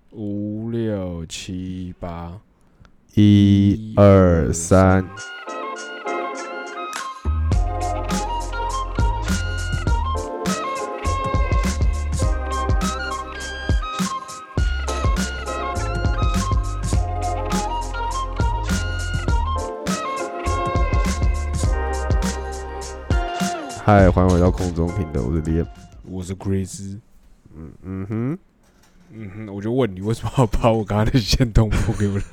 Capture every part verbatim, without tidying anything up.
五六七八， 一二三。嗨，欢迎回到空中频道，我是 Liam， 我是 Grace。 嗯嗯哼， 嗯哼，我就问你，为什么要把我刚刚的线动播给我？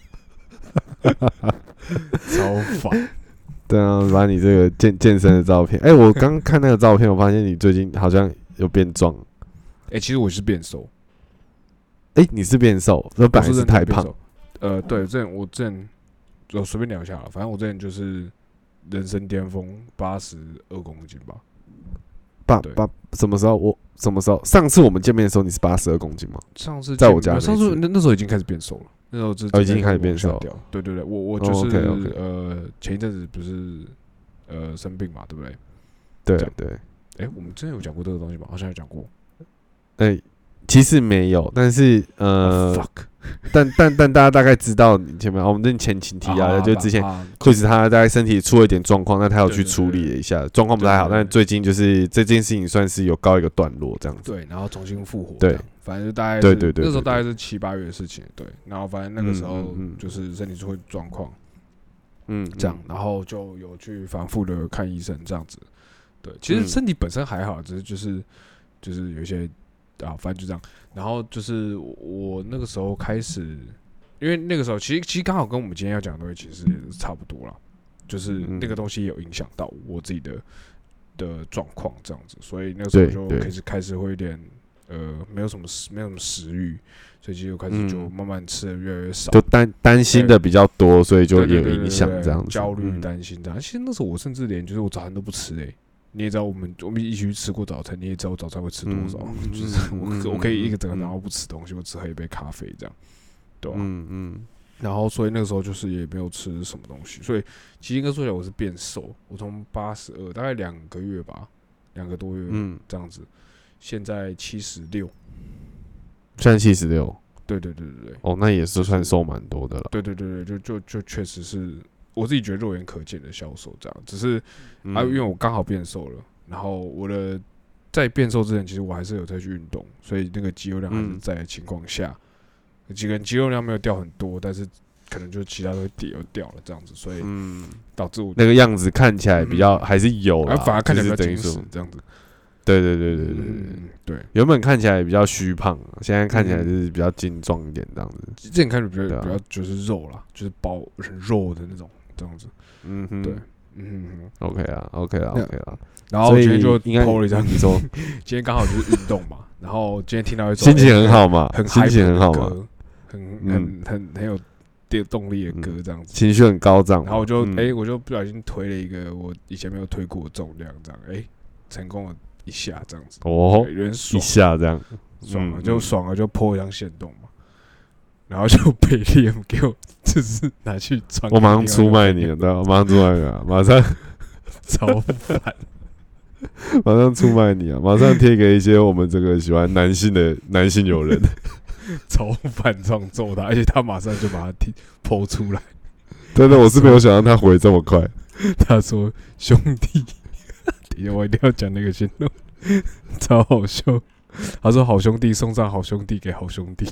超烦。 对啊，把你这个健健身的照片，哎、欸，我刚看那个照片，我发现你最近好像有变壮。 哎、欸，其实我是变瘦。 哎、欸，你是变瘦，那本来是太胖。 呃，对，之前我之前我随便聊一下了，反正我之前就是人生巅峰八十二公斤吧。 八八什么时候？我什么时候？上次我们见面的时候，你是八十二公斤吗？ 上次在我家， 上次那那时候已经开始变瘦了。那时候就、 哦、已经开始变瘦了。 对对对，我我就是、 哦、okay, okay. 呃前一阵子不是呃生病嘛，对不对？ 对对。 哎、欸，我们之前有讲过这个东西吗？好像有讲过。 哎、欸，其实没有，但是呃， oh, fuck. 但但但大家大概知道你前面，我们这前情提啊，就之前惠子他大概身体出了一点状况，那他有去处理了一下，状况不太好，但最近就是这件事情算是有告一个段落这样子。 对，然后重新复活。 对， 反正就大概对对 对, 對， 那时候大概是七八月的事情。对，然后反正那个时候就是身体出状况，嗯，这样，然后就有去反复的看医生这样子。对，其实身体本身还好，只是就是就是有一些啊，反正就这样。然后就是我那个时候开始。因为那个时候，其实其实刚好跟我们今天要讲的东西其实也是差不多啦，就是那个东西有影响到我自己的的状况这样子，所以那个时候就开始开始会有点呃没有什么没有什么食欲，所以其实开始就慢慢吃的越来越少， 就担担心的比较多，所以就有影响这样子， 焦虑担心这样。其实那时候我甚至连就是我早餐都不吃欸。你也知道我们我们一起去吃过早餐，你也知道我早餐会吃多少，嗯、就是我我可以一个整个然后不吃东西，我只喝一杯咖啡这样。对啊，嗯嗯，然后所以那个时候就是也没有吃什么东西，所以其实应该说起来我是变瘦，我从八十二大概两个月吧，两个多月，嗯，这样子，现在七十六， 现在七十六， 对对对对对， 哦，那也是算瘦蛮多的了， 对对对对，就就就确实是我自己觉得肉眼可见的消瘦这样，只是、嗯、啊，因为我刚好变瘦了，然后我的在变瘦之前，其实我还是有在去运动，所以那个肌肉量还是在的情况下。嗯几个人肌肉量没有掉很多，但是可能就其他都跌又掉了这样子，所以导致我、嗯、 那个样子看起来比较、嗯、还是有啦， 反而看起来比较精实这样子。 对对对对对对、 嗯、对， 原本看起来比较虚胖，现在看起来就是比较精壮一点这样子。 之前看着比较、啊、比较就是肉啦，就是包很肉的那种这样子。嗯哼，对，嗯哼 ，OK 啊 ，OK 啊 ，OK 啊。 然后我今天就 po 了一张，你说今天刚好就是运动嘛，然后今天听到一首心情很好嘛， 很心情很好嘛。 很很很很有动力的歌这样子， 情绪很高涨， 然后我就哎、嗯欸，我就不小心推了一个我以前没有推过的重量，这样哎、欸，成功了一下这样子， 哦， 有点爽， 一下这样， 爽了就爽了就 po 一张限动嘛，然后就被 Liam 给我就是拿去传， 我马上出卖你了，对吧？马上出卖你了，马上超烦， 马上出卖你啊！马上贴给一些我们这个喜欢男性的男性友人。 超反撞揍他，而且他马上就把他剖出来。 真的，我是没有想到他回这么快。 他说：“兄弟，等一下我一定要讲那个行动，超好笑。”他说：“好兄弟送上好兄弟给好兄弟。”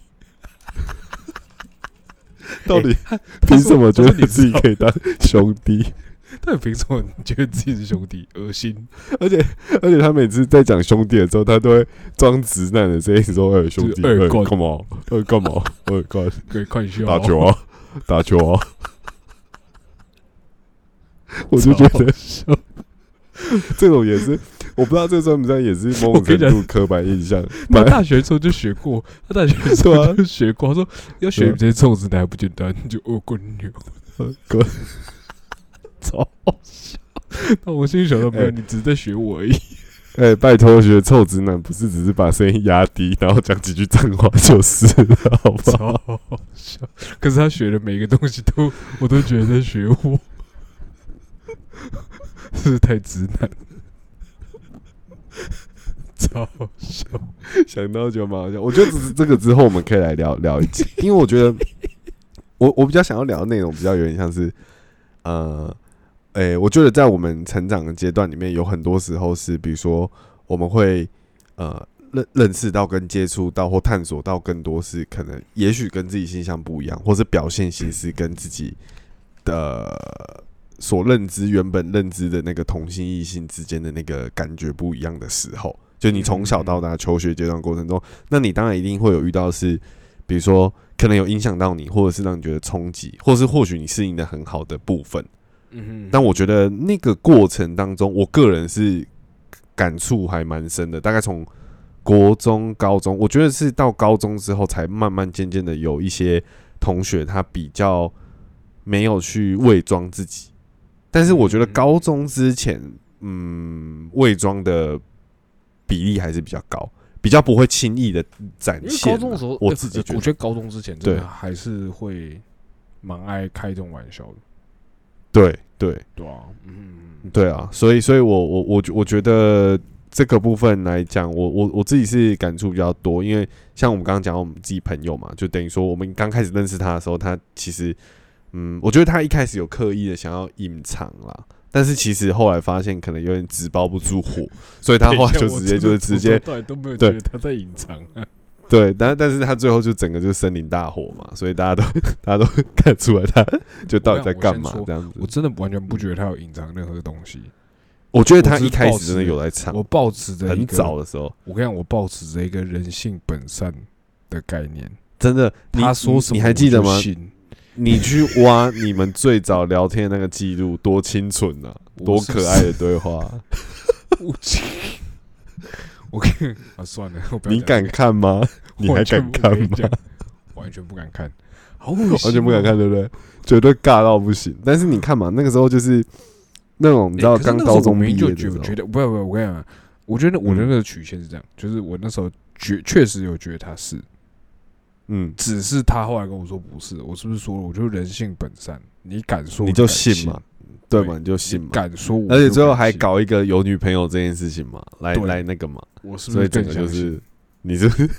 到底凭什么觉得你自己可以当兄弟？ 到底凭什么你觉得自己是兄弟？恶心！ 而且而且他每次在讲兄弟的时候，他都会装直男的声音说：“哎、欸，兄弟，哎，干嘛？哎，干嘛？哎，干， 可以看一下打球啊，打球啊！”我就觉得这种也是，我不知道这算不算也是某种程度刻板印象。 他大学的时候就学过，他大学的时候就学过。他说要学这些臭直男还不简单，就恶棍牛， 滚！ 超好笑，那我心里想到没有，你只是在学我而已。 哎、欸，拜托，学臭直男不是只是把声音压低，然后讲几句脏话就是了，好不好？ 超好笑。可是他学的每个东西都，我都觉得在学我，是不是太直男？ 超好笑， 想到就蛮好笑。我觉得这个之后我们可以来聊聊一集，因为我觉得我我比较想要聊的内容比较有点像是呃，诶、欸，我觉得在我们成长的阶段里面，有很多时候是，比如说我们会呃认认识到、跟接触到或探索到更多是可能，也许跟自己形象不一样，或是表现形式跟自己的所认知原本认知的那个同性异性之间的那个感觉不一样的时候，就你从小到大求学阶段过程中，那你当然一定会有遇到是，比如说可能有影响到你，或者是让你觉得冲击，或是或许你适应的很好的部分。嗯，但我觉得那个过程当中，我个人是感触还蛮深的。大概从国中、高中，我觉得是到高中之后，才慢慢渐渐的有一些同学他比较没有去伪装自己。但是我觉得高中之前，嗯，伪装的比例还是比较高，比较不会轻易的展现。 高中的时候， 我自己觉得， 我觉得高中之前真的还是会蛮爱开这种玩笑的。 对对对啊，嗯， 对啊，所以所以我我我我觉得这个部分来讲，我我我自己是感触比较多，因为像我们刚刚讲到我们自己朋友嘛，就等于说我们刚开始认识他的时候，他其实嗯，我觉得他一开始有刻意的想要隐藏啦，但是其实后来发现可能有点纸包不住火，所以他后来就直接就是直接对都没有觉得他在隐藏啊。 对，但但是他最后就整个就是森林大火嘛，所以大家都大家都看出来他就到底在干嘛这样子。 我真的完全不觉得他有隐藏任何东西。 我觉得他一开始真的有在藏。 我抱持着很早的时候， 我跟你讲，我抱持着一个人性本善的概念。 真的， 他说什么你还记得吗？ 信你去挖你们最早聊天的那个记录，多清纯啊，多可爱的对话。 我跟你啊，算了，我不要你敢看吗？你还敢看吗？ 完全不敢看，好恶心、喔， 完全不敢看，对不对？绝对尬到不行。但是你看嘛，那个时候就是那种你知道，刚高中毕业的时候， 觉得不不，我跟你讲，我觉得我的那个曲线是这样，嗯、就是我那时候觉确实有觉得他是，嗯，只是他后来跟我说不是，我是不是说了？我觉得人性本善，你敢说你就信嘛。对嘛，你就信嘛。 敢说我， 而且最后还搞一个有女朋友这件事情嘛，来来那个嘛。 我是不是所以整个就是你是不是？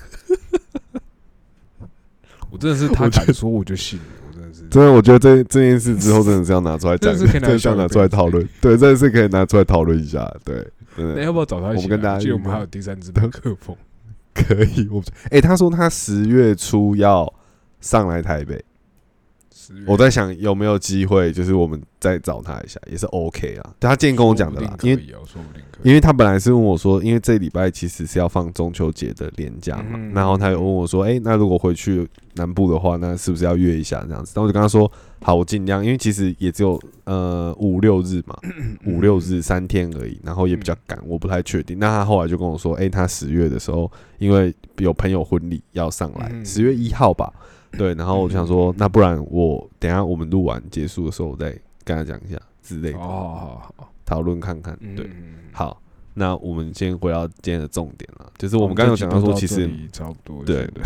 我真的是他敢说我就信，我真的是。 真的，我觉得这这件事之后真的是要拿出来讲，真的是要拿出来讨论。对，真的是可以拿出来讨论一下。对， 那要不要找他一起？ 我们跟大家， 记得我们还有第三支麦克风， 可以。我哎，他说他十月初要上来台北。我在想有没有机会，就是我们再找他一下，也是 OK 啊。他今天跟我讲的啦，因为因为他本来是问我说，因为这礼拜其实是要放中秋节的连假嘛，嗯、然后他有问我说，哎、欸，那如果回去南部的话，那是不是要约一下这样子？然后我就跟他说，好，我尽量，因为其实也只有呃五六日嘛，五六日三天而已，然后也比较赶，我不太确定。那他后来就跟我说，哎、欸，他十月的时候，因为有朋友婚礼要上来，十月一号吧。对，然后我就想说，那不然我等一下我们录完结束的时候，我再跟他讲一下之类的，讨论看看。对，好，那我们先回到今天的重点了，就是我们刚刚有讲到说，其实差不多， 对对。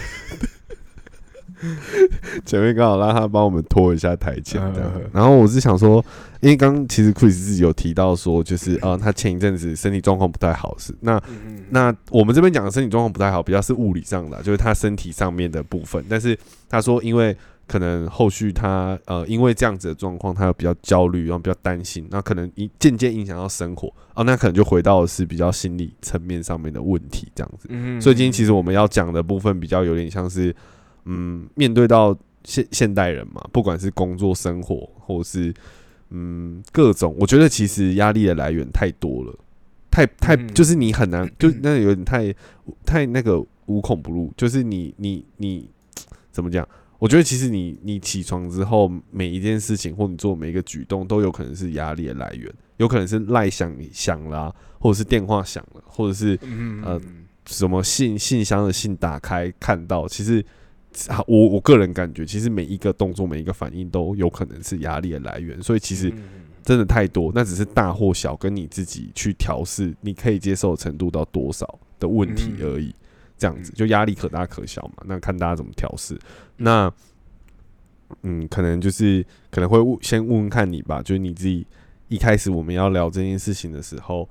前面刚好让他帮我们拖一下台前，这样。然后我是想说，因为刚其实 Chris 自己有提到说，就是呃，他前一阵子身体状况不太好，是那那我们这边讲的身体状况不太好，比较是物理上的，就是他身体上面的部分。但是他说，因为可能后续他呃，因为这样子的状况，他有比较焦虑，然后比较担心，那可能渐渐影响到生活啊，那可能就回到的是比较心理层面上面的问题，这样子。所以今天其实我们要讲的部分比较有点像是。嗯，面对到现现代人嘛，不管是工作、生活，或是嗯各种，我觉得其实压力的来源太多了，太太就是你很难，就那有点太太那个无孔不入，就是你你你怎么讲？我觉得其实你你起床之后，每一件事情或你做每一个举动，都有可能是压力的来源，有可能是赖响响啦，或者是电话响了，或者是呃什么信信箱的信打开看到，其实。我我个人感觉，其实每一个动作、每一个反应都有可能是压力的来源，所以其实真的太多，那只是大或小，跟你自己去调试，你可以接受的程度到多少的问题而已。这样子就压力可大可小嘛，那看大家怎么调试。那嗯，可能就是可能会先问问看你吧，就是你自己一开始我们要聊这件事情的时候，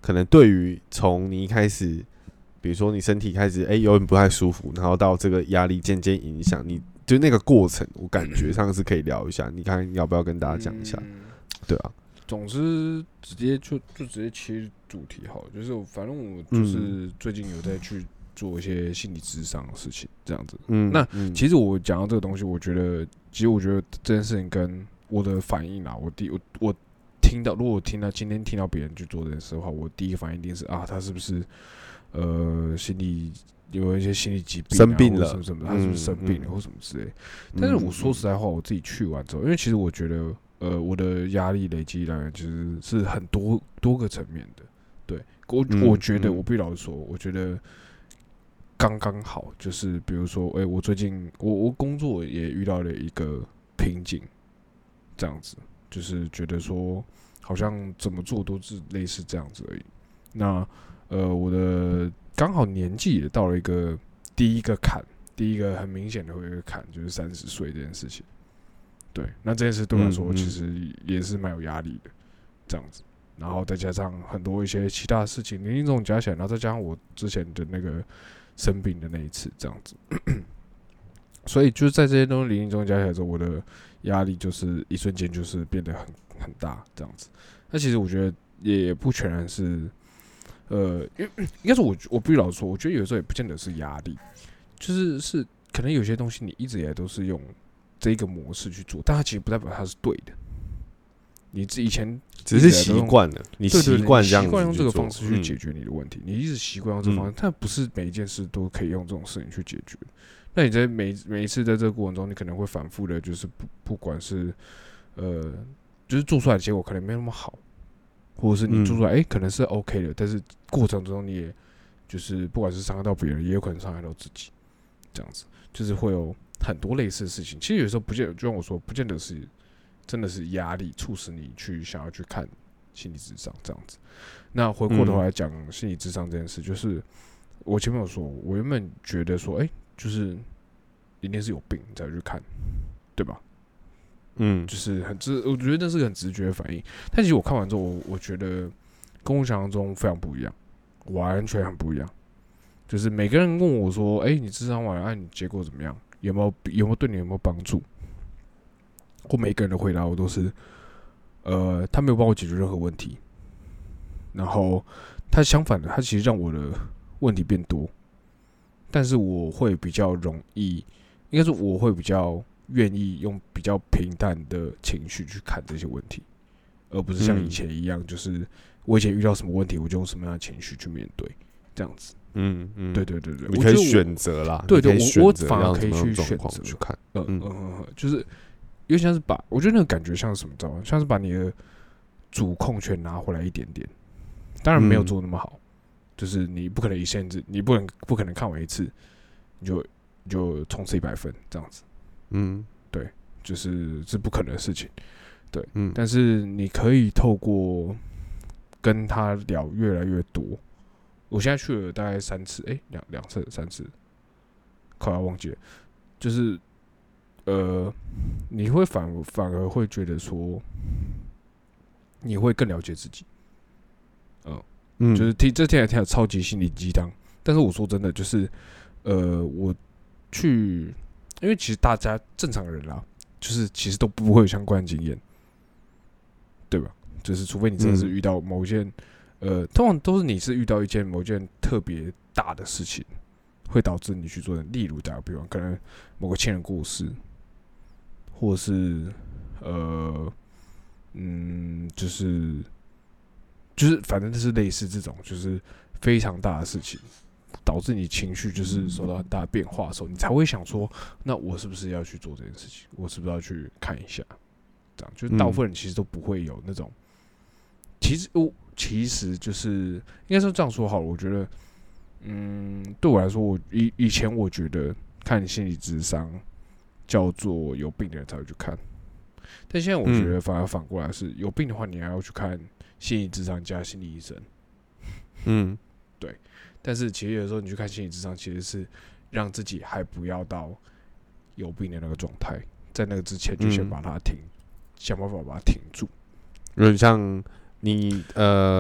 可能对于从你一开始，比如说你身体开始哎、欸、有点不太舒服，然后到这个压力渐渐影响你，就那个过程，我感觉上是可以聊一下。你看要不要跟大家讲一下？嗯、对啊， 总之直接就就直接切主题好了，就是反正我就是最近有在去做一些心理咨商的事情，这样子。嗯，那、嗯、其实我讲到这个东西，我觉得其实我觉得这件事情跟我的反应啊，我第我我听到，如果我听到今天听到别人去做这件事的话，我第一个反应一定是啊，他是不是呃心理有一些心理疾病、啊、 生病了什么什么，他是不是生病了、嗯、或什么之类的。但是我说实在话，我自己去完之后，因为其实我觉得呃我的压力累积来源其实是很多多个层面的。对我、嗯、我觉得我必须老实说，我觉得刚刚好，就是比如说，哎、欸，我最近我我工作也遇到了一个瓶颈，这样子，就是觉得说好像怎么做都是类似这样子而已。那呃，我的刚好年纪也到了一个第一个坎，第一个很明显的一个坎，就是三十岁这件事情。对，那这件事对我来说其实也是蛮有压力的，这样子。然后再加上很多一些其他的事情，零零总总加起来，然后再加上我之前的那个生病的那一次，这样子。所以就是在这些东西零零总总加起来之后，我的压力就是一瞬间就是变得很很大，这样子。那其实我觉得也不全然是，呃，因为应该是我我必须老实说，我觉得有时候也不见得是压力，就是是可能有些东西你一直以来都是用这一个模式去做，但它其实不代表它是对的。你以前只是习惯了，你习惯这样子， 习惯用这个方式去解决你的问题，嗯、你一直习惯用这个方式，嗯、但不是每一件事都可以用这种事情去解决。那你在每每一次在这个过程中，你可能会反复的，就是不不管是呃，就是做出来的结果可能没有那么好，或者是你做出来哎、欸、可能是 OK 的，但是过程中你也就是不管是伤害到别人，也有可能伤害到自己，这样子就是会有很多类似的事情。其实有时候不见得，就像我说，不见得是。真的是压力促使你去想要去看心理咨商这样子。那回过头来讲心理咨商这件事，就是我前面有说，我原本觉得说，哎、欸，就是一定是有病才去看，对吧？嗯，就是很直，我觉得那是个很直觉的反应。但其实我看完之后，我我觉得跟我想象中非常不一样，完全很不一样。就是每个人问我说，哎、欸，你咨商完了，哎、啊，你结果怎么样？有没有有没有对你有没有帮助？我每个人的回答我都是，呃，他没有帮我解决任何问题，然后他相反的，他其实让我的问题变多，但是我会比较容易，应该说我会比较愿意用比较平淡的情绪去看这些问题，而不是像以前一样，就是我以前遇到什么问题，我就用什么样的情绪去面对，这样子。嗯嗯，对对对对， 你可以选择啦， 对对，我我反而可以去选择去看， 嗯嗯嗯，就是有点像是把，我觉得那个感觉像是什么，知道吗？像是把你的主控权拿回来一点点，当然没有做那么好，嗯、就是你不可能一限制，你不能不可能看完一次你就你就冲刺一百分这样子，嗯，对，就是是不可能的事情，对，嗯，但是你可以透过跟他聊越来越多。我现在去了大概三次，哎、欸，两两次、三次，快要忘记了。就是，呃，你会反反而会觉得说，你会更了解自己，呃、嗯，就是听这听起来听起来超级心理鸡汤，但是我说真的，就是，呃，我去，因为其实大家正常人啦，就是其实都不会有相关的经验，对吧？就是除非你真的是遇到某一件。嗯呃，通常都是你是遇到一件某件特别大的事情，会导致你去做的。例如打个比方，可能某个亲人过世，或是呃，嗯，就是就是反正就是类似这种，就是非常大的事情，导致你情绪就是受到很大的变化的时候，你才会想说，那我是不是要去做这件事情？我是不是要去看一下？这样，就是大部分人其实都不会有那种，其实我。其实就是应该说这样说好了，我觉得，嗯，对我来说，我以以前我觉得看心理諮商叫做有病的人才会去看，但现在我觉得反而反过来是，有病的话，你还要去看心理諮商加心理医生。嗯，对。但是其实有时候你去看心理諮商，其实是让自己还不要到有病的那个状态，在那个之前就先把它停，嗯、想办法把它停住。 有点像。你呃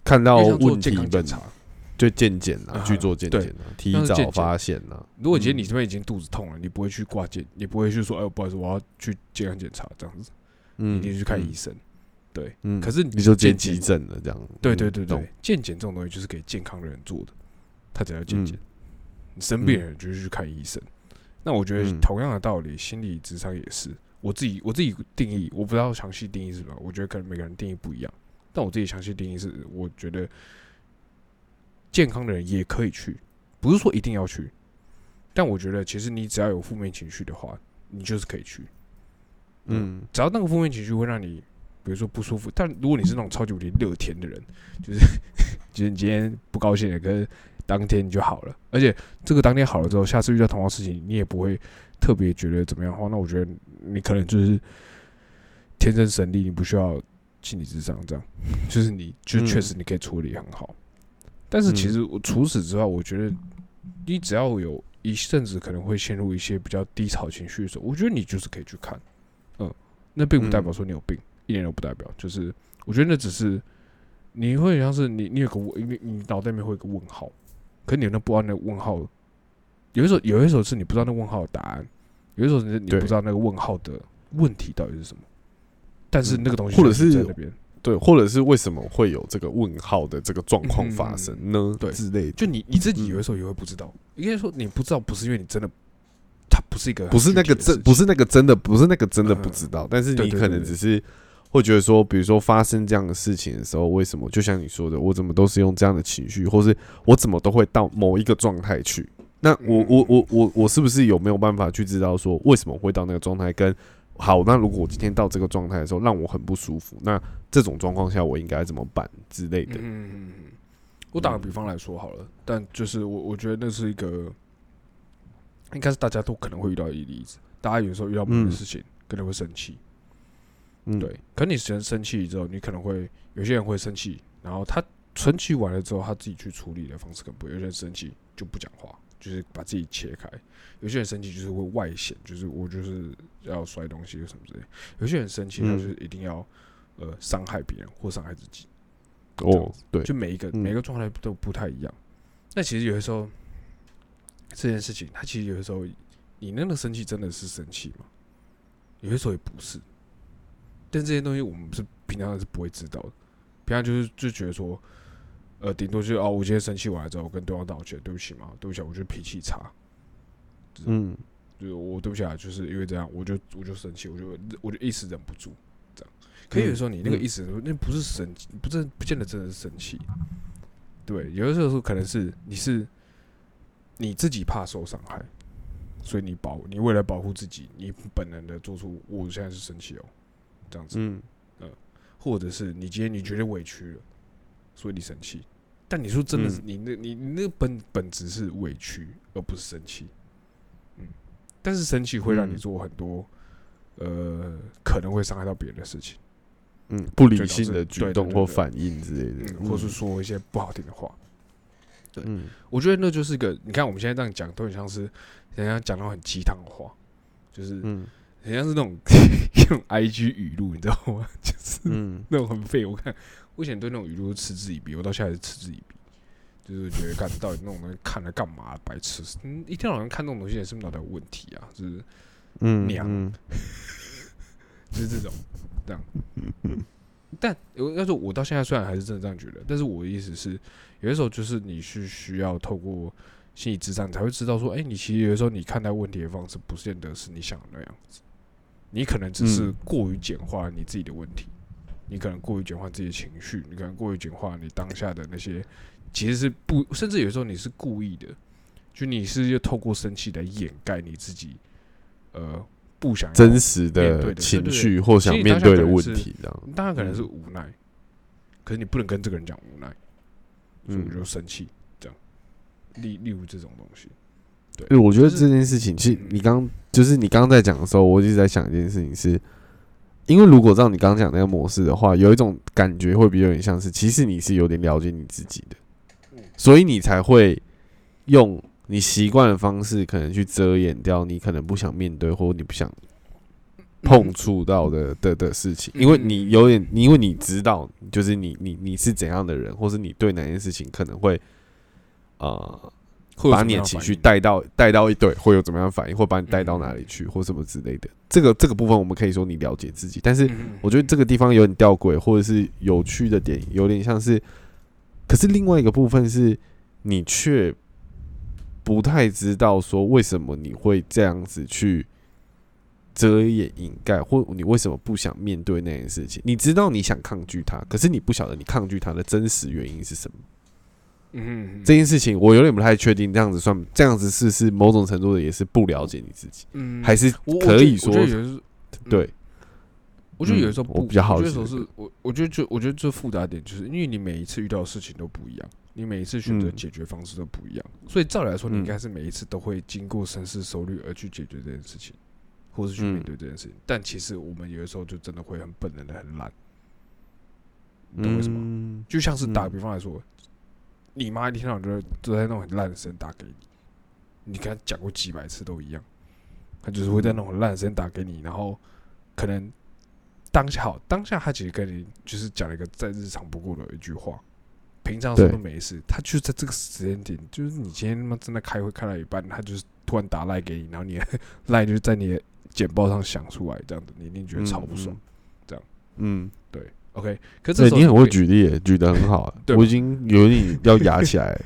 看到问题本查， 就健检啊，去做健检啊，提早发现啊。 如果今天你这边已经肚子痛了，你不会去挂健，你不会去说，哎，不好意思，我要去健康检查这样子，嗯，一定去看医生。对，嗯，可是你就接急诊了这样。 对对对对，健检这种东西就是给健康的人做的，他只要健检，你生病的人就是去看医生。那我觉得同样的道理，心理咨商也是。我自己我自己定义，我不知道详细定义是什么，我觉得可能每个人定义不一样。但我自己详细定义是，我觉得健康的人也可以去，不是说一定要去。但我觉得其实你只要有负面情绪的话，你就是可以去。嗯，只要那个负面情绪会让你，比如说不舒服，但如果你是那种超级无敌乐天的人，就是就是你今天不高兴了，可是当天就好了，而且这个当天好了之后，下次遇到同样事情，你也不会特别觉得怎么样的话，那我觉得你可能就是天生神力，你不需要心理咨商，这样就是你就确实你可以处理很好。嗯、但是其实我除此之外，我觉得你只要有一阵子可能会陷入一些比较低潮情绪的时候，我觉得你就是可以去看，嗯，那并不代表说你有病，嗯、一点都不代表，就是我觉得那只是你会像是你你有个你你脑袋里面会有个问号，可是你那不知道那个问号，有一时候有一时候是你不知道那个问号的答案，有一时候是你不知道那个问号的问题到底是什么，但是那个东西或者是在那边。 对，或者是为什么会有这个问号的这个状况发生呢？嗯、对，之类的， 就你你自己有的时候也会不知道。应该说你不知道，不是因为你真的，它不是一个不是那个真不是那个真的不是那个真的不知道，嗯、但是你可能只是会觉得说，比如说发生这样的事情的时候，为什么？就像你说的，我怎么都是用这样的情绪，或是我怎么都会到某一个状态去？那我我我我我是不是有没有办法去知道说为什么会到那个状态？跟好，那如果我今天到这个状态的时候，让我很不舒服，那这种状况下我应该怎么办之类的？嗯嗯嗯。 我打个比方来说好了，但就是我我觉得那是一个，应该是大家都可能会遇到的一个例子。大家有时候遇到某件事情，嗯、可能会生气，嗯，对。可你生生气之后，你可能会有些人会生气，然后他生气完了之后，他自己去处理的方式可能不一样。有些人生气就不讲话，就是把自己切开。有些人生气就是会外显，就是我就是要摔东西什么之类的。有些人生气，他就是一定要呃伤害别人或伤害自己。 哦，对， 就每一个、嗯、每一个状态都不太一样。那其实有的时候这件事情，它其实有的时候你那个生气真的是生气吗？有的时候也不是。但这些东西我们是平常是不会知道的。平常就是就觉得说，呃，顶多就是哦，我今天生气完了之后，我跟对方道歉，对不起嘛，对不起，我就是脾气差。嗯，就是我对不起啊，就是因为这样，我就我就生气，我就我就一时忍不住这样。可有的时候你那个一时忍不住，那不是生气，不真不见得真的是生气。对，有的时候可能是你是你自己怕受伤害，所以你保你为了保护自己，你本能的做出我现在是生气哦，这样子。嗯，呃，或者是你今天你觉得委屈了，所以你生气。但你说真的是、嗯、你那你你那个本本质是委屈，而不是生气。嗯，但是生气会让你做很多、嗯、呃可能会伤害到别人的事情。 嗯，不理性的举动或反应之类的， 嗯、或是说一些不好听的话。对，嗯、我觉得那就是一个，你看我们现在这样讲，都很像是人家讲到很鸡汤的话，就是嗯，很像是那种那种 I G 语录，你知道吗？就是嗯，那种很废。我看我以前对那种语录嗤之以鼻，我到现在是嗤之以鼻，就是觉得看到底那种东西看了干嘛，白痴！嗯，一天到晚看那种东西，是不是脑袋有问题啊？就是嗯娘，嗯、就是这种。这样，但要说，我到现在虽然还是真的这样觉得，但是我的意思是，有的时候就是你是需要透过心理咨商，才会知道说，哎、欸，你其实有的时候你看待问题的方式，不见得是你想的那样子，你可能只是过于简化你自己的问题，嗯、你可能过于简化自己的情绪，你可能过于简化你当下的那些，其实是不，甚至有时候你是故意的，就你是要透过生气来掩盖你自己，呃。不想真实的情绪或想面对的问题，这样当然可能是无奈，嗯、可是你不能跟这个人讲无奈，所以我就生气，这样。例例如这种东西，对， 因为我觉得这件事情，其实你刚就是你刚刚在讲的时候，我一直在想一件事情是，因为如果照你刚刚讲那个模式的话，有一种感觉会比有点像是，其实你是有点了解你自己的，所以你才会用。你习惯的方式，可能去遮掩掉你可能不想面对或你不想碰触到的的的事情，因为你有点，因为你知道，就是你你你是怎样的人，或是你对哪件事情可能会呃把你的情绪带到带到一对会有怎么样的反应，或把你带到哪里去，或什么之类的。这个这个部分我们可以说你了解自己，但是我觉得这个地方有点吊诡，或者是有趣的点，有点像是，可是另外一个部分是你却不太知道说为什么你会这样子去遮掩掩盖，或你为什么不想面对那件事情？你知道你想抗拒它，可是你不晓得你抗拒它的真实原因是什么。嗯，这件事情我有点不太确定，这样子算这样子是是某种程度的也是不了解你自己，嗯，还是可以说对。 我觉得有的时候不， 我比较好奇， 我觉得是我我觉得就我觉得最复杂点就是因为你每一次遇到的事情都不一样，你每一次选择解决方式都不一样，所以照理来说，你应该是每一次都会经过深思熟虑而去解决这件事情。或是去面对这件事情，嗯、但其实我们有的时候就真的会很本能的很懒，你懂为什么？嗯、就像是打个比方来说，嗯、你妈一天到晚都都在那种很烂的声音打给你，你跟她讲过几百次都一样，她就是会在那种很烂的声音打给你，然后可能当下好，当下她其实跟你就是讲了一个再日常不过的一句话，平常时候都没事，她就在这个时间点，就是你今天他妈真的开会开到一半，她就是突然打赖给你，然后你赖就是在你的简报上想出来，这样子你一定觉得超不爽，嗯、这样，嗯，对 ，OK。可是这时候你很会举例，举得很好、啊，我已经有点要压起来了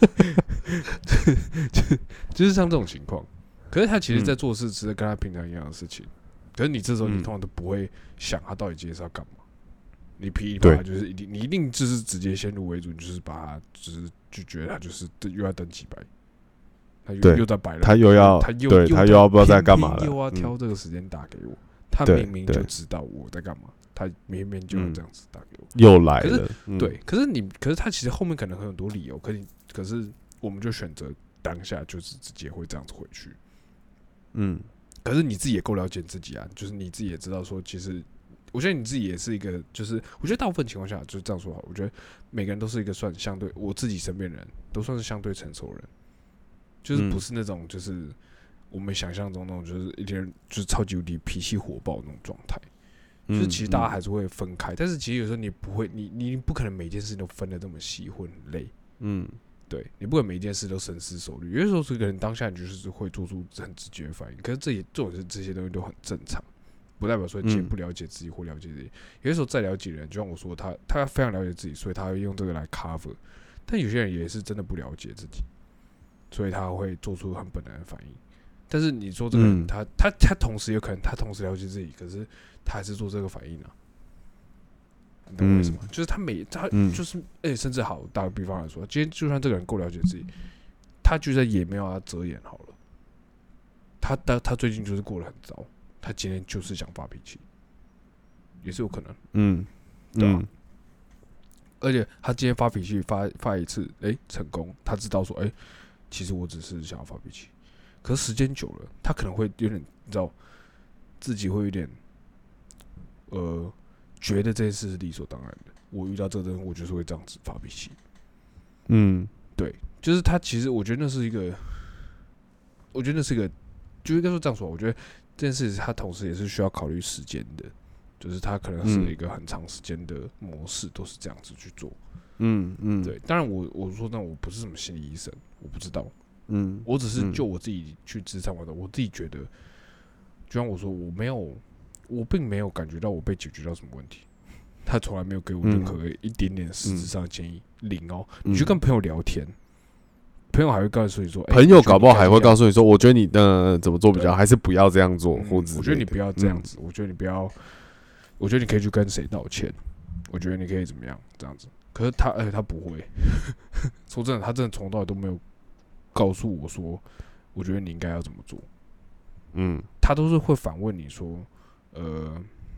就，就是像这种情况。可是他其实在做事，只是跟他平常一样的事情。可是你这时候你通常都不会想他到底今天是要干嘛，你噼里啪啦就是一定，你一定就是直接先入为主，你就是把他，就是就觉得他就是又要登几百。他 又, 又在摆了， 他又要， 他又对他又要不知道在干嘛了， 又要挑这个时间打给我。嗯、他明明就知道我在干嘛，他明明就要这样子打给我， 嗯、又来了。 可是，嗯、对，可是你，可是他其实后面可能很多理由，可是，可是我们就选择当下就是直接会这样子回去。嗯，可是你自己也够了解自己啊，就是你自己也知道说，其实我觉得你自己也是一个，就是我觉得大部分情况下就是这样说好，我觉得每个人都是一个算相对，我自己身边人都算是相对成熟人。就是不是那种，就是我们想象中那种，就是一天就是超级无敌脾气火爆那种状态。就是其实大家还是会分开，但是其实有时候你不会，你你不可能每件事都分得这么细，会很累。嗯，对，你不可能每件事都深思熟虑。有的时候这个人当下你就是会做出很直觉的反应，可是这些这种是这些东西都很正常，不代表说你不了解自己或了解自己。有的时候再了解人，就像我说，他他非常了解自己，所以他会用这个来 cover。但有些人也是真的不了解自己。所以他会做出很本能的反应，但是你说这个人，嗯、他他他同时有可能他同时了解自己，可是他还是做这个反应啊，你懂我意思吗？嗯、就是他每他就是，哎、欸，甚至好打个比方来说，今天就算这个人够了解自己，他觉得也没有要遮掩好了，他他他最近就是过得很糟，他今天就是想发脾气，也是有可能，嗯，对吧？嗯、而且他今天发脾气发发一次，哎、欸，成功，他知道说，哎、欸。其实我只是想要发脾气，可是时间久了，他可能会有点，你知道，自己会有点，呃，觉得这件事是理所当然的。我遇到这个人，我就是会这样子发脾气。嗯，对，就是他其实我觉得那是一个，我觉得那是一个，就应该说这样说。我觉得这件事他同时也是需要考虑时间的，就是他可能是一个很长时间的模式，都是这样子去做。嗯嗯，对，当然我我说那我不是什么心理医生，我不知道，嗯，我只是就我自己去职场玩的，我自己觉得，就像我说，我没有，我并没有感觉到我被解决到什么问题，他从来没有给我任何一点点实质上的建议，嗯、零哦，你去跟朋友聊天，朋友还会告诉你说，欸、 朋友搞不好还会告诉你说，我觉得你呃怎么做比较好，还是不要这样做，或者我觉得你不要这样子，我觉得你不要，我觉得你可以去跟谁道歉，我觉得你可以怎么样这样子。可是他，哎、欸，他不会。说真的，他真的从头到尾都没有告诉我说，我觉得你应该要怎么做。嗯，他都是会反问你说，呃，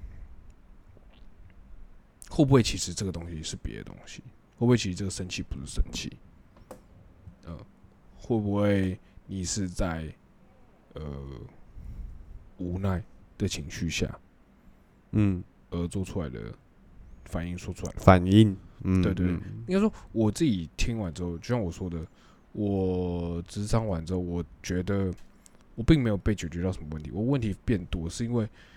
会不会其实这个东西是别的东西？会不会其实这个生气不是生气？呃，会不会你是在呃无奈的情绪下，嗯，而做出来的反应，说出来的反应？嗯， 对对对，应该说我自己听完之后，就像我说的，我职场完之后，我觉得我并没有被解决到什么问题，我问题变多是因为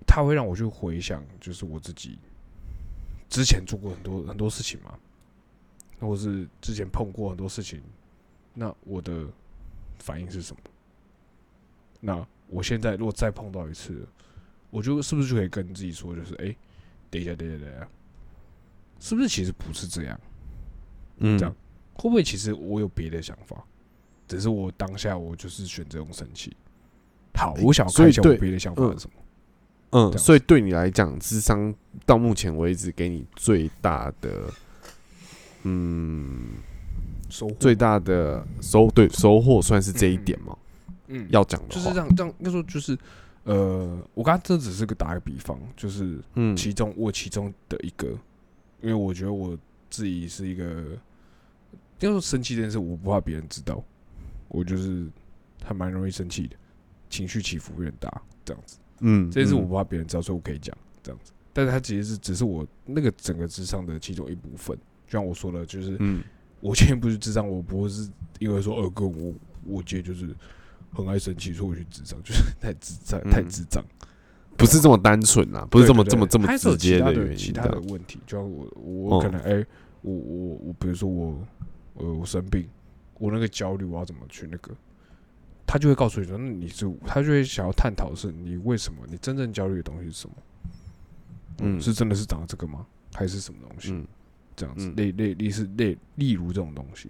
他会让我去回想，就是我自己之前做过很多很多事情嘛，或是之前碰过很多事情，那我的反应是什么？那我现在如果再碰到一次，我就是不是就可以跟自己说，就是哎、欸，等一下，等一下，等一下，是不是其实不是这样？嗯，这样会不会其实我有别的想法？只是我当下我就是选择用生气。好，我想要看一下我别的想法是什么。 嗯，所以对你来讲，諮商到目前为止给你最大的，嗯， 收获最大的收对收获算是这一点吗？嗯，要讲的话就是这样，这样应该说就是，呃，我刚刚这只是个打个比方，就是嗯，其中我其中的一个，因为我觉得我自己是一个，应该说生气这件事，我不怕别人知道，我就是还蛮容易生气的，情绪起伏有点大，这样子。嗯，这件事我不怕别人知道，所以我可以讲这样子。但是它其实是只是我那个整个諮商的其中一部分。就像我说的，就是，嗯，我今天不是諮商，我不会是因为说二哥我我今天就是很爱生气，所以我去諮商，就是太智障，太智障， 不是这么单纯啊，不是这么这么这么直接的原因。 其他的问题，就像我我可能哎、欸，我我我比如说我呃我生病，我那个焦虑我要怎么去那个？他就会告诉你说，那你是，他就会想要探讨的是你为什么，你真正焦虑的东西是什么？嗯，是真的是长这个吗？还是什么东西？嗯，这样子，类类类似类，例如这种东西。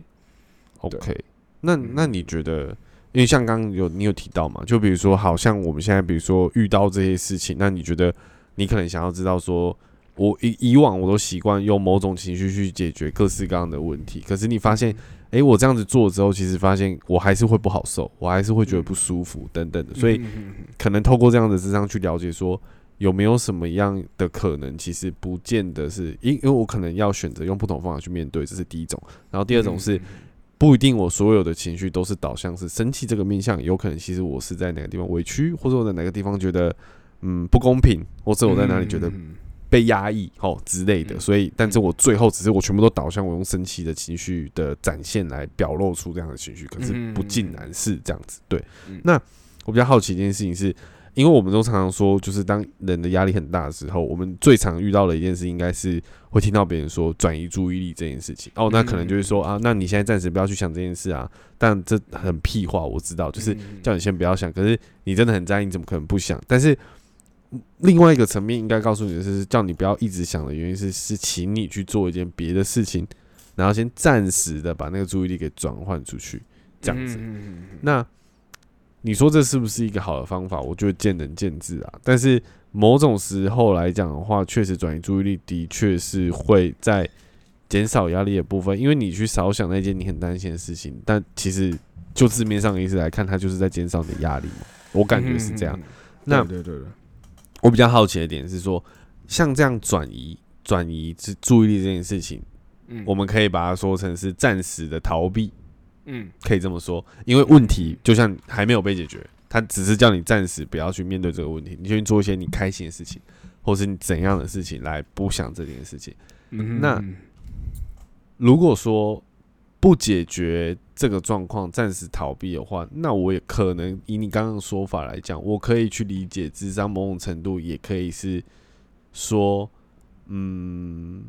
OK， 那那你觉得，因为像刚刚有你有提到嘛，就比如说，好像我们现在比如说遇到这些事情，那你觉得你可能想要知道说，我以以往我都习惯用某种情绪去解决各式各样的问题，可是你发现。哎、欸，我这样子做之后，其实发现我还是会不好受，我还是会觉得不舒服等等的，所以可能透过这样的諮商去了解说有没有什么样的可能，其实不见得是，因为我可能要选择用不同方法去面对，这是第一种。然后第二种是不一定我所有的情绪都是导向是生气这个面向，有可能其实我是在哪个地方委屈，或者我在哪个地方觉得嗯不公平，或者我在哪里觉得。被压抑哦之类的，所以，但是我最后只是我全部都导向我用生气的情绪的展现来表露出这样的情绪，可是不尽然是这样子。对，那我比较好奇一件事情是，因为我们都常常说，就是当人的压力很大的时候，我们最常遇到的一件事，应该是会听到别人说转移注意力这件事情。哦，那可能就是说啊，那你现在暂时不要去想这件事啊，但这很屁话，我知道，就是叫你先不要想，可是你真的很在意，你怎么可能不想？但是。另外一个层面应该告诉你的是，叫你不要一直想的原因是，是请你去做一件别的事情，然后先暂时的把那个注意力给转换出去，这样子。那你说这是不是一个好的方法？我觉得见仁见智啊。但是某种时候来讲的话，确实转移注意力的确是会在减少压力的部分，因为你去少想那件你很担心的事情，但其实就字面上的意思来看，它就是在减少你的压力嘛。我感觉是这样。那对对对。 我比较好奇的点是说，像这样转移转移注意力这件事情，嗯，我们可以把它说成是暂时的逃避，嗯，可以这么说，因为问题就像还没有被解决，它只是叫你暂时不要去面对这个问题，你就去做一些你开心的事情，或是你怎样的事情来不想这件事情。嗯，那如果说不解决这个状况，暂时逃避的话，那我也可能以你刚刚的说法来讲，我可以去理解諮商某种程度也可以是说，嗯，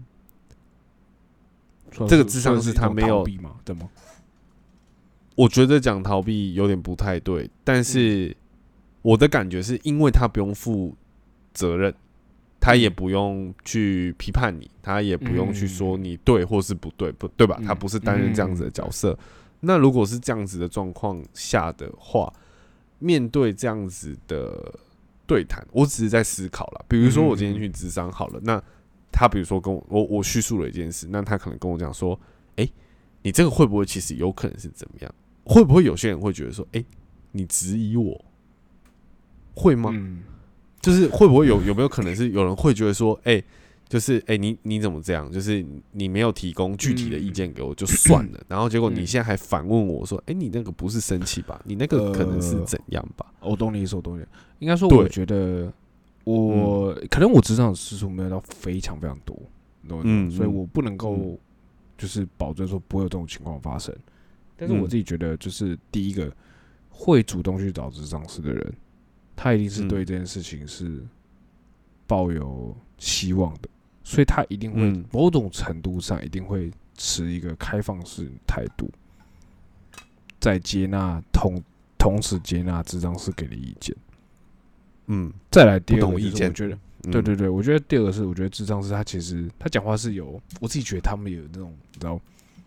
这个諮商是他没有对吗？ 我觉得讲逃避有点不太对，但是我的感觉是因为他不用负责任，他也不用去批判你，他也不用去说你对或是不对，不对吧？他不是担任这样子的角色。那如果是这样子的状况下的话，面对这样子的对谈，我只是在思考啦。比如说我今天去諮商好了，那他比如说跟我我我叙述了一件事，那他可能跟我讲说，哎、欸，你这个会不会其实有可能是怎么样？会不会有些人会觉得说，哎、欸，你质疑我，会吗？嗯、就是会不会有有没有可能是有人会觉得说，哎、欸。就是哎、欸，你你怎么这样？就是你没有提供具体的意见给我就算了，嗯、然后结果你现在还反问我说：“哎、欸，你那个不是生气吧？你那个可能是怎样吧？” 呃、我懂你意思，我懂你。应该说，我觉得我、嗯、可能我职场的次数没有到非常非常多，嗯，所以我不能够就是保证说不会有这种情况发生。但是我自己觉得，就是第一个会主动去找諮商师的人，他一定是对这件事情是抱有希望的，所以他一定会、嗯、某种程度上一定会持一个开放式态度，在接纳同同时接纳智障师给的意见。嗯，再来第二个就是我觉得，嗯、对对对，我觉得第二个是我觉得智障师他其实他讲话是有，我自己觉得他们有那种你知道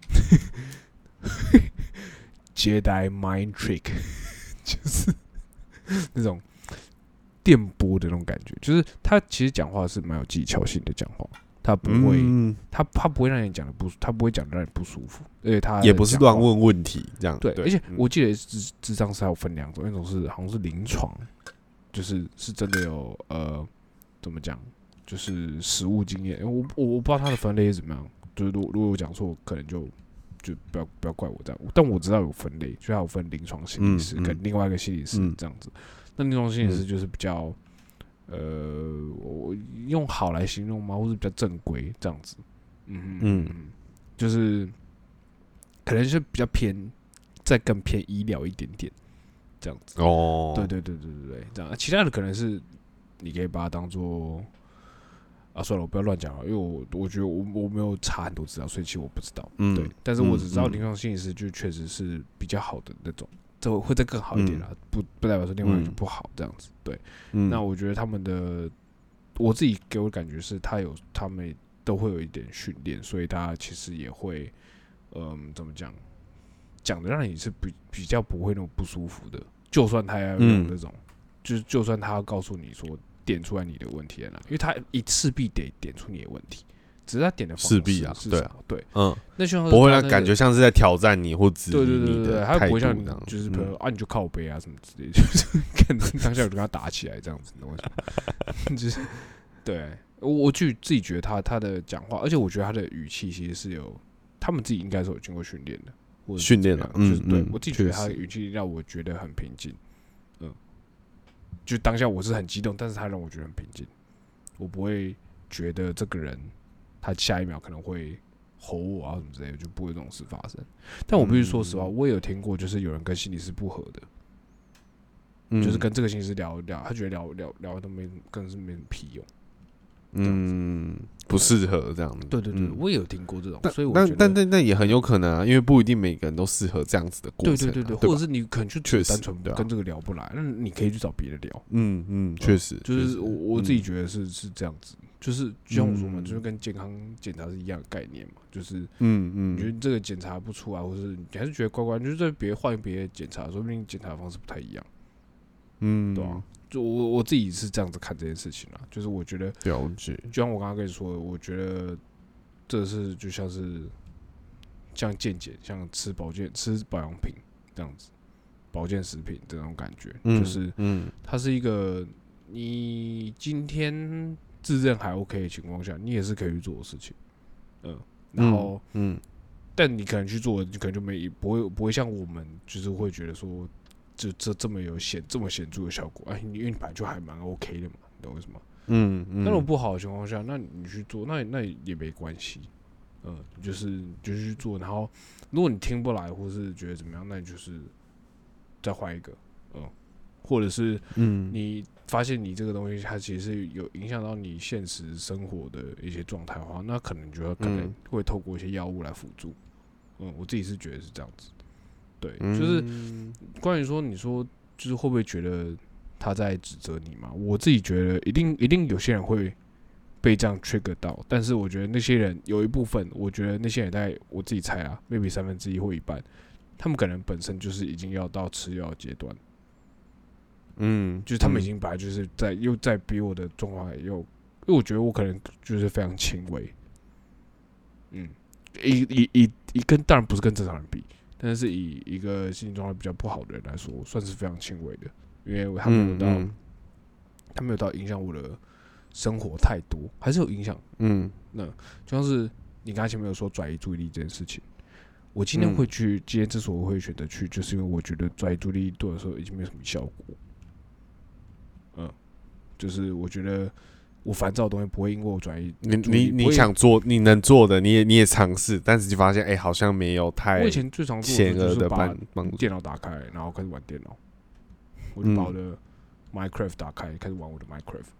，Jedi mind trick， 就是那种电波的那种感觉，就是他其实讲话是蛮有技巧性的讲话。他不会，嗯、他他不会让你讲的不，他不会讲的让你不舒服，而且他也不是乱问问题这样。 对，而且我记得智智障是还有分两种，一种是好像是临床，就是是真的有呃怎么讲，就是实务经验。我我我不知道他的分类是怎么样，就是如果如果我讲错，可能就就不要不要怪我这样。但我知道有分类，就还有分临床心理师跟另外一个心理师这样子。那临床心理师就是比较。呃，我用好来形容吗？或是比较正规这样子，嗯嗯，就是可能是比较偏，再更偏医疗一点点这样子。哦，对对对对对对，这样。其他的可能是你可以把它当做啊，算了，我不要乱讲了，因为我我觉得我我没有查很多资料，所以其实我不知道。嗯，对，但是我只知道临床心理师就确实是比较好的那种。这会再更好一点啦，嗯、不不代表说另外一个就不好这样子。对，嗯、那我觉得他们的，我自己给我的感觉是，他有他们都会有一点训练，所以他其实也会，嗯，怎么讲，讲的让你是比比较不会那么不舒服的。就算他要用那种，嗯、就是就算他要告诉你说点出来你的问题在哪，因为他一势必得点出你的问题。只是他点的方式势必啊，对啊， 对， 嗯，那不会让感觉像是在挑战你或质疑你的态度，他不会像你就是比如啊，你就靠北啊什么之类的，就是看当下我就跟他打起来这样子，你懂吗？就是对我我就自己觉得他他的讲话，而且我觉得他的语气其实是有他们自己应该是有经过训练的， 训练了， 就是对我自己觉得他的语气让我觉得很平静，嗯，就当下我是很激动，但是他让我觉得很平静，我不会觉得这个人。他下一秒可能会吼我啊什么之类的，就不会有这种事发生。但我必须说实话，我也有听过，就是有人跟心理师不合的，嗯、就是跟这个心理师聊聊，他觉得聊聊聊都没，更是没什么屁用。 嗯，不适合这样子。 对对对，嗯、我也有听过这种，所以我但但但但也很有可能啊，因为不一定每个人都适合这样子的过程、啊。 对对对对，或者是你可能就只单纯跟这个聊不来，那你可以去找别的聊。 嗯嗯，确实， 就是我我自己觉得是是这样子。就是就像我说嘛，嗯、就是跟健康检查是一样的概念嘛，就是嗯嗯，你觉得这个检查不出来，或是你还是觉得怪怪，就是在别换别的检查，说不定检查的方式不太一样，嗯，对啊，就我我自己是这样子看这件事情啦，就是我觉得了解， 就像我刚刚跟你说的，我觉得这是就像是像健检，像吃保健吃保养品这样子，保健食品这种感觉，嗯、就是嗯，它是一个你今天。自认还 OK 的情况下，你也是可以去做的事情，嗯，然后嗯，嗯但你可能去做，你可能就没不会不会像我们，就是会觉得说，就这这么有显这么显著的效果，哎，因为你本来就还蛮 OK 的嘛，你懂我意思吗？嗯嗯。那种不好的情况下，那你去做，那那也没关系，嗯，就是就是去做，然后如果你听不来或是觉得怎么样，那你就是再换一个，嗯，或者是嗯你。发现你这个东西，它其实是有影响到你现实生活的一些状态的话，那可能就可能会透过一些药物来辅助。嗯，我自己是觉得是这样子。对，嗯、就是关于说，你说就是会不会觉得他在指责你嘛？我自己觉得一定一定有些人会被这样 trigger 到，但是我觉得那些人有一部分，我觉得那些人大概我自己猜啊 ，maybe 三分之一或一半，他们可能本身就是已经要到吃药的阶段。嗯，就是他们已经本来就是在又在比我的状况又，因为我觉得我可能就是非常轻微，嗯，以以以以跟当然不是跟正常人比，但是以一个心理状态比较不好的人来说，算是非常轻微的，因为他没有到，嗯嗯、他没有到影响我的生活太多，还是有影响，嗯，那就像是你刚才前面有说转移注意力这件事情。我今天会去，嗯、今天之所以会选择去，就是因为我觉得转移注意力对我来说已经没有什么效果。嗯，就是我觉得我烦躁的东西不会因为我转移， 你你你想做，你能做的，你也你也尝试，但是就发现，哎、欸，好像没有太。 我以前最常做的就是把电脑打开，然后开始玩电脑，我就把我的 Minecraft 打开，开始玩我的 Minecraft，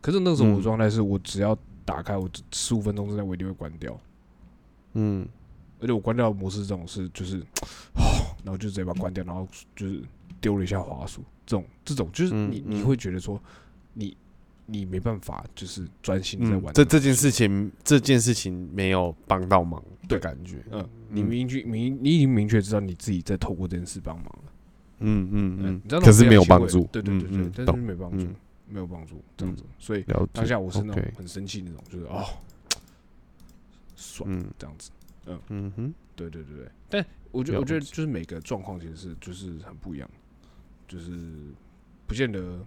可是那个时候我的状态是我只要打开，我十五分钟之内我一定会关掉。嗯，而且我关掉的模式这种是就是，然后就直接把它关掉，然后就是丢了一下滑鼠，这种这种就是你、嗯、你会觉得说你你没办法就是专心在玩、嗯、 这这件事情，这件事情没有帮到忙的感觉。 嗯，你明确明你已经明确知道你自己在透过这件事帮忙了。嗯嗯嗯，嗯可是没有帮助。 对对对对，嗯、但是没帮助。嗯没有帮助，这样子，嗯、所以当下我是那种很生气那种，就是哦，爽、嗯、这样子，嗯嗯哼，对对对对，但我觉得我觉得就是每个状况其实是就是很不一样，就是不见得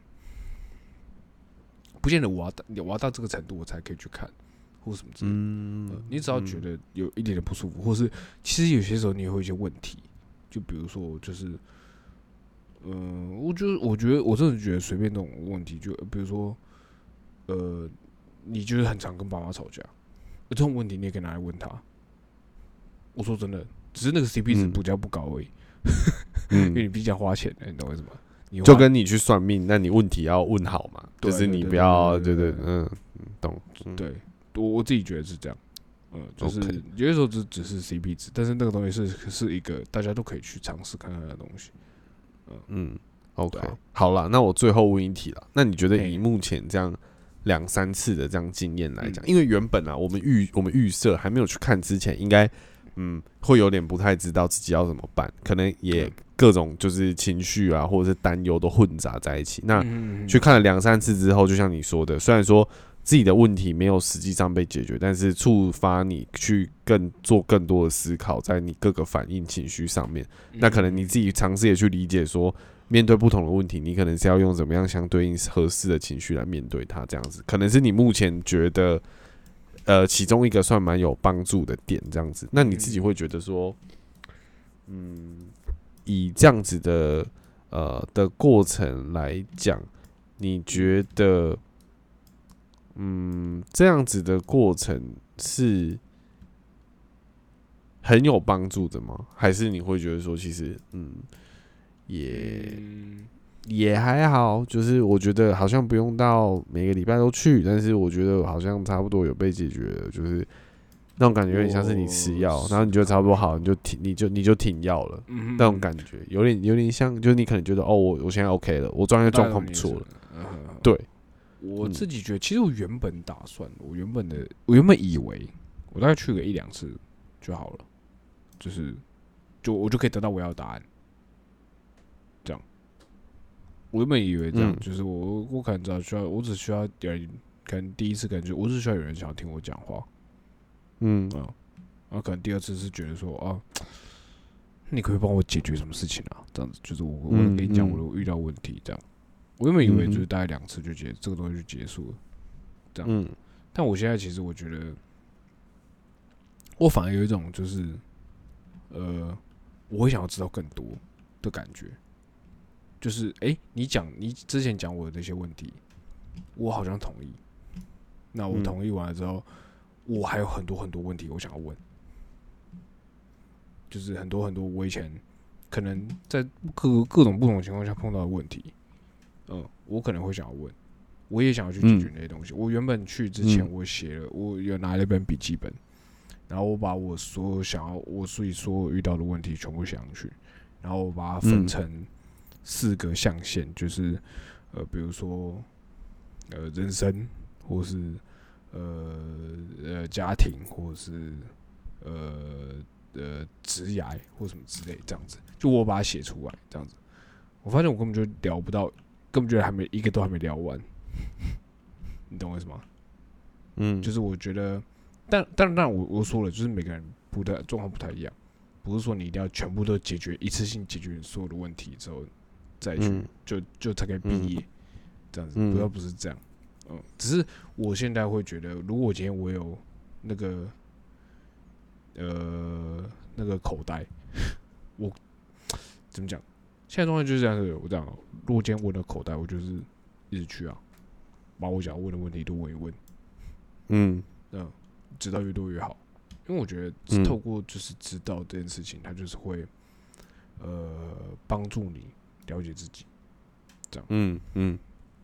不见得我要到我要到这个程度我才可以去看，或什么之类的，嗯呃、你只要觉得有一点点不舒服，或是其实有些时候你也会有一些问题，就比如说就是。嗯、呃，我就我觉得我真的觉得随便那种问题，就比如说，呃，你就是很常跟爸妈吵架，这种问题你也可以拿来问他。我说真的，只是那个 C P 值比较不高而已，嗯、因为你毕竟花钱的，你懂我意思吗？你就跟你去算命，那你问题要问好嘛，就是你不要对对嗯懂，嗯、 对我我自己觉得是这样，嗯、呃，就是有些时候只只是 C P 值，但是那个东西是是一个大家都可以去尝试看看的东西。 嗯 ，OK，、啊、好了，那我最后问一题了。那你觉得以目前这样两三次的这样经验来讲，嗯、因为原本啊，我们预我们预设还没有去看之前，应该嗯会有点不太知道自己要怎么办，可能也各种就是情绪啊或者是担忧都混杂在一起。那去看了两三次之后，就像你说的，虽然说自己的问题没有实际上被解决，但是触发你去更做更多的思考，在你各个反应情绪上面，那可能你自己尝试也去理解说，面对不同的问题，你可能是要用怎么样相对应合适的情绪来面对它，这样子，可能是你目前觉得，呃，其中一个算蛮有帮助的点，这样子。那你自己会觉得说，嗯，以这样子的呃的过程来讲，你觉得？嗯，这样子的过程是很有帮助的吗？还是你会觉得说，其实嗯，也、嗯、也还好，就是我觉得好像不用到每个礼拜都去，但是我觉得好像差不多有被解决了，就是那种感觉有点像是你吃药，然后你觉得差不多好，你就停，你就你就停药了，嗯、那种感觉有点有点像，就是你可能觉得哦，我我现在 OK 了，我状态状况不错了，对。 我自己觉得，其实我原本打算，我原本的，我原本以为，我大概去个一两次就好了，就是，就我就可以得到我要的答案。这样，我原本以为这样，嗯、就是我我可能只要需要，我只需要有人，可能第一次可能就我只需要有人想要听我讲话，嗯啊，然后可能第二次是觉得说啊，你可以帮我解决什么事情啊？这样子，就是我我能跟你讲我遇到问题这样。我原本以为就是大概两次就结、嗯、这个东西就结束了，这样。嗯、但我现在其实我觉得，我反而有一种就是，呃，我会想要知道更多的感觉。就是，哎、欸，你讲你之前讲我的这些问题，我好像同意。那我同意完了之后，嗯、我还有很多很多问题我想要问，就是很多很多我以前可能在各各种不同的情况下碰到的问题。嗯，我可能会想要问，我也想要去解决那些东西。嗯、我原本去之前，我写了，我有拿了一本笔记本，然后我把我所有想要，我自己所有遇到的问题全部写上去，然后我把它分成四个象限，嗯、就是呃，比如说呃人生，或是呃呃家庭，或是呃呃职涯或什么之类，这样子，就我把它写出来，这样子，我发现我根本就聊不到。根本觉得还没一个都还没聊完，你懂我意思吗？嗯，就是我觉得，但但但我我说了，就是每个人不太状况不太一样，不是说你一定要全部都解决一次性解决所有的问题之后再去、嗯、就就才可以毕业，嗯、这样子，不要不是这样，嗯，只是我现在会觉得，如果我今天我有那个呃那个口袋，我怎么讲？现在状态就是这样子，我这样、喔，如果今天问的口袋，我就是一直去啊，把我想要问的问题都问一问，嗯，嗯，知道越多越好，因为我觉得透过就是知道这件事情，它就是会呃帮助你了解自己，这样， 嗯嗯嗯，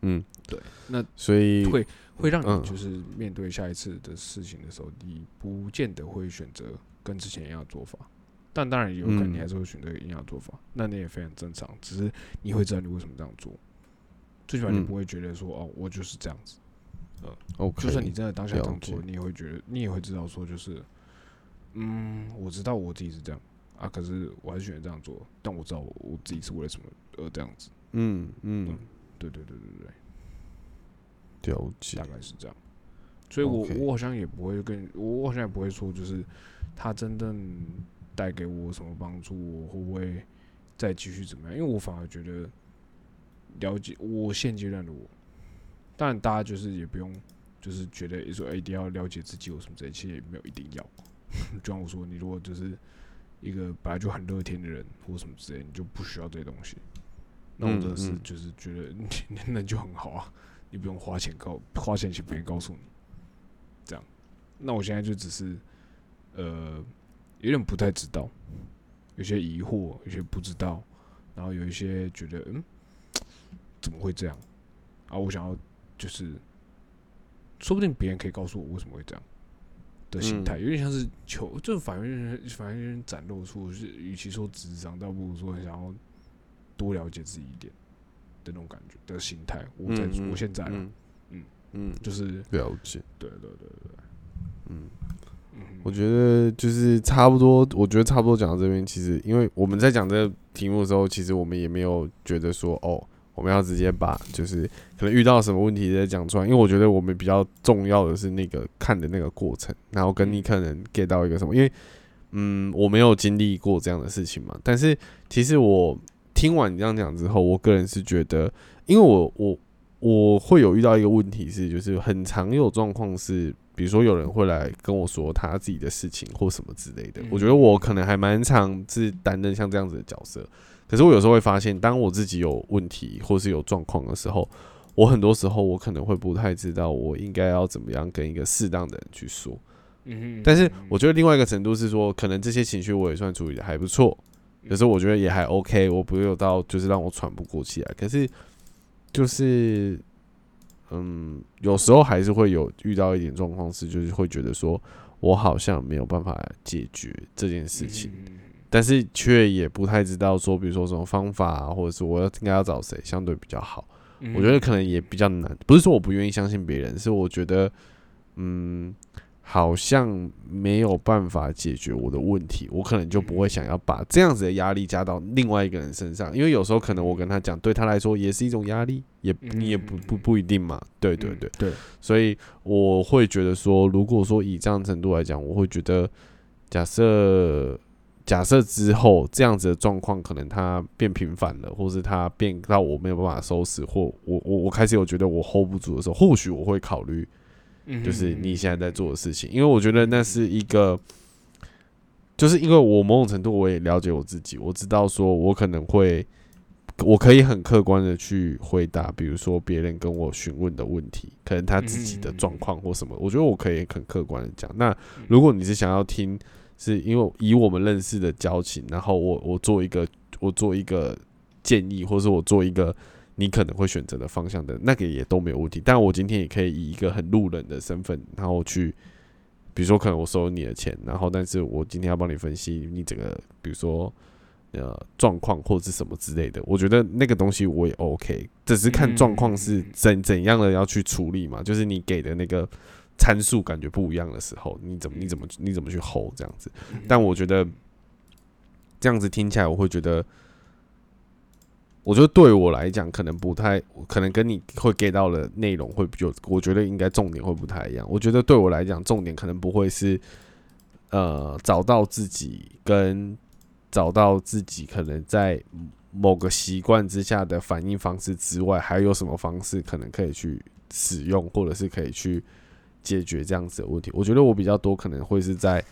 对，那所以会会让你就是面对下一次的事情的时候，嗯、你不见得会选择跟之前一样的做法，但当然有可能你还是会选择一样的做法，嗯、那你也非常正常，只是你会知道你为什么这样做，最起码你不会觉得说、嗯、哦，我就是这样子，呃 okay, 就算你真的当下这样做，你也会觉得，你也会知道说就是，嗯，我知道我自己是这样。啊！可是我还是选择这样做，但我知道我自己是为了什么而这样子。 嗯嗯，嗯对对对对对， 了解， 大概是这样。所以我，我、okay. 我好像也不会跟我好像也不会说，就是他真正带给我什么帮助，我会不会再继续怎么样？因为我反而觉得了解我现阶段的我，当然大家就是也不用就是觉得说、欸、一定要了解自己有什么这些，其实也没有一定要。就像我说，你如果就是一个本来就很乐天的人或什么之类，你就不需要这些东西。那我真的是就是觉得你那就很好啊，你不用花钱告花钱请别人告诉你，这样。那我现在就只是呃有点不太知道，有些疑惑，有些不知道，然后有一些觉得嗯怎么会这样啊？我想要就是说不定别人可以告诉我为什么会这样。的心态有点像是求，就反而反而有点展露出，是与其说智商，倒不如说想要多了解自己一点的那种感觉的心态。我在、嗯、我现在嗯嗯嗯，就是了解， 对对对对， 嗯嗯，我觉得就是差不多，我觉得差不多讲到这边，其实因为我们在讲这个题目的时候，其实我们也没有觉得说哦。我们要直接把就是可能遇到什么问题再讲出来，因为我觉得我们比较重要的是那个看的那个过程，然后跟你可能 get 到一个什么，因为嗯我没有经历过这样的事情嘛，但是其实我听完你这样讲之后，我个人是觉得，因为我我我会有遇到一个问题是，就是很常有状况是，比如说有人会来跟我说他自己的事情或什么之类的，我觉得我可能还蛮常是担任像这样子的角色。可是我有时候会发现，当我自己有问题或是有状况的时候，我很多时候我可能会不太知道我应该要怎么样跟一个适当的人去说。但是我觉得另外一个程度是说，可能这些情绪我也算处理的还不错，可是我觉得也还 OK， 我不会有到就是让我喘不过气来。可是就是嗯，有时候还是会有遇到一点状况是，就是会觉得说我好像没有办法解决这件事情。但是却也不太知道说，比如说什么方法啊，或者是我要应该要找谁相对比较好。我觉得可能也比较难，不是说我不愿意相信别人，是我觉得，嗯，好像没有办法解决我的问题，我可能就不会想要把这样子的压力加到另外一个人身上，因为有时候可能我跟他讲，对他来说也是一种压力，也你也不不不一定嘛，对对对对， 所以我会觉得说，如果说以这样的程度来讲，我会觉得，假设。假设之后这样子的状况，可能它变频繁了，或是它变到我没有办法收拾，或我我我开始有觉得我 hold 不住的时候，或许我会考虑，就是你现在在做的事情，因为我觉得那是一个，就是因为我某种程度我也了解我自己，我知道说我可能会，我可以很客观的去回答，比如说别人跟我询问的问题，可能他自己的状况或什么，我觉得我可以很客观的讲。那如果你是想要听。是因为以我们认识的交情，然后我我做一个我做一个建议，或是我做一个你可能会选择的方向的那个也都没有问题。但我今天也可以以一个很路人的身份，然后去，比如说可能我收了你的钱，然后但是我今天要帮你分析你整个，比如说呃状况或者是什么之类的，我觉得那个东西我也 OK， 只是看状况是怎怎样的要去处理嘛，就是你给的那个。参数感觉不一样的时候，你怎么你怎么你怎么去 hold 这样子？但我觉得这样子听起来，我会觉得，我觉得对我来讲，可能不太，可能跟你会 get 到的内容会有，我觉得应该重点会不太一样。我觉得对我来讲，重点可能不会是呃找到自己跟找到自己可能在某个习惯之下的反应方式之外，还有什么方式可能可以去使用，或者是可以去。解决这样子的问题，我觉得我比较多可能会是在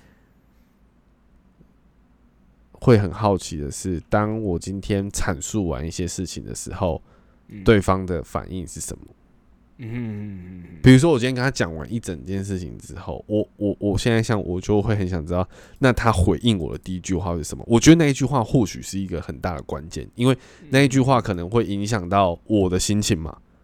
会很好奇的是，当我今天阐述完一些事情的时候，嗯、对方的反应是什么？嗯，比如说我今天跟他讲完一整件事情之后，我我我现在像我就会很想知道，那他回应我的第一句话是什么？我觉得那一句话或许是一个很大的关键，因为那一句话可能会影响到我的心情嘛。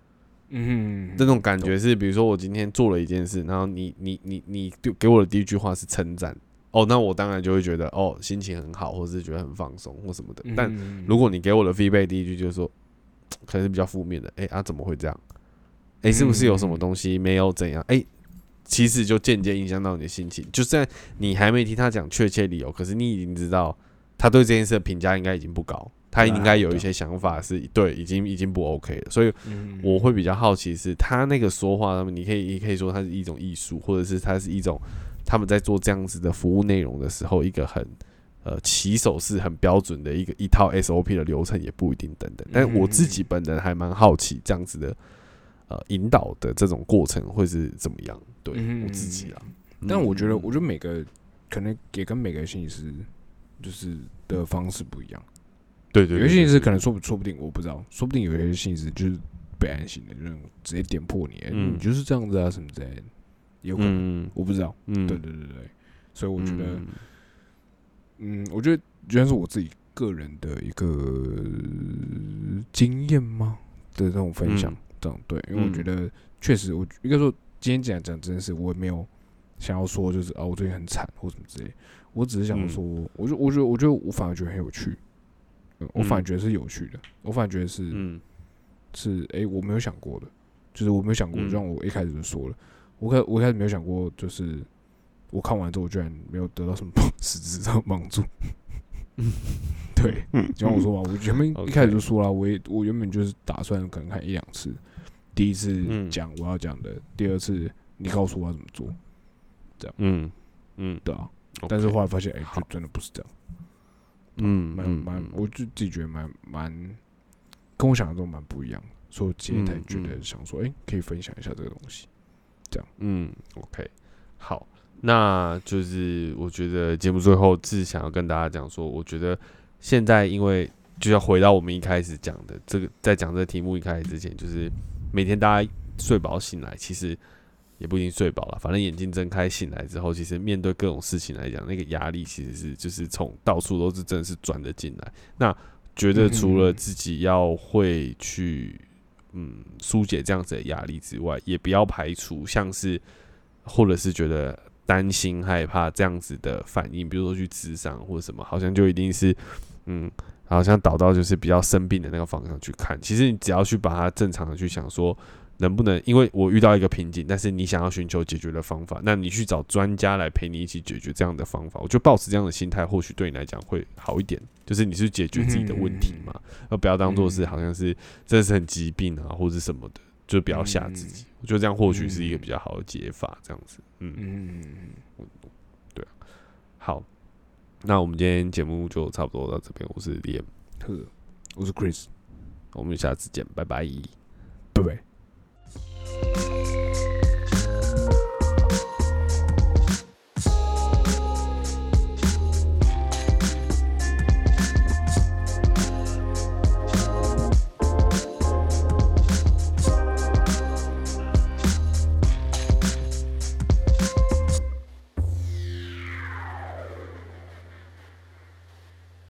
嗯，这种感觉是，比如说我今天做了一件事，然后你你你你给我的第一句话是称赞，哦，那我当然就会觉得哦心情很好，或是觉得很放松或什么的。嗯、但如果你给我的 feedback 第一句就是说，可能是比较负面的，哎、欸、啊怎么会这样？哎、欸、是不是有什么东西没有怎样？哎、欸，其实就间接影响到你的心情。就算你还没听他讲确切理由，可是你已经知道他对这件事的评价应该已经不高。他应该有一些想法是对，已经已经不 OK 了，所以我会比较好奇是他那个说话，你可以你可以说它是一种艺术，或者是它是一种他们在做这样子的服务内容的时候，一个很呃起手式很标准的一个一套 S O P 的流程也不一定等等。但我自己本人还蛮好奇这样子的呃引导的这种过程会是怎么样，对、嗯、我自己啊。 但我觉得，我觉得每个可能也跟每个心理师就是的方式不一样。 对 对, 对, 对, 对， 有些心理师可能说不说不定我不知道，说不定有些心理师就是备案型的，就是直接点破你，嗯、你就是这样子啊什么之类的，有可能、嗯、我不知道。嗯，对对对对，所以我觉得，嗯，嗯我觉得就像是我自己个人的一个经验吗的这种分享，嗯、这样对，因为我觉得确实，我应该说今天讲讲这件事，我也没有想要说就是啊我最近很惨或什么之类的，我只是想说，嗯、我就我觉得我觉得我反而觉得很有趣。我反而觉得是有趣的，我反而觉得是，嗯、是哎、欸，我没有想过的，就是我没有想过，就像我一开始就说了，我开我一开始没有想过，就是我看完之后，我居然没有得到什么实质上的帮助。对，就像我说嘛，我原本一开始就说了，我也我原本就是打算可能看一两次，第一次讲我要讲的，第二次你告诉我要怎么做，这样，嗯嗯，对啊， okay, 但是后来发现，哎、欸，就真的不是这样。嗯，蛮蛮，我就自己觉得蛮蛮，跟我想象中蛮不一样的，所以我今天才觉得想说，哎、欸，可以分享一下这个东西，这样。 嗯 ，OK， 好，那就是我觉得节目最后是想要跟大家讲说，我觉得现在因为就要回到我们一开始讲的这个，在讲这个题目一开始之前，就是每天大家睡饱醒来，其实。也不一定睡饱了，反正眼睛睁开醒来之后，其实面对各种事情来讲，那个压力其实是就是从到处都是真的是转得进来。那觉得除了自己要会去嗯疏解这样子的压力之外，也不要排除像是或者是觉得担心害怕这样子的反应，比如说去諮商或者什么，好像就一定是嗯好像导到就是比较生病的那个方向去看。其实你只要去把它正常的去想说。能不能因为我遇到一个瓶颈，但是你想要寻求解决的方法，那你去找专家来陪你一起解决这样的方法，我就抱持这样的心态，或许对你来讲会好一点。就是你是解决自己的问题嘛，而不要当做是好像是真的是很疾病啊，或者什么的，就不要吓自己。我觉得这样或许是一个比较好的解法，这样子。嗯嗯嗯，对啊。好，那我们今天节目就差不多到这边。我是 Liam， 我是 Chris， 我们下次见，拜拜， 拜拜。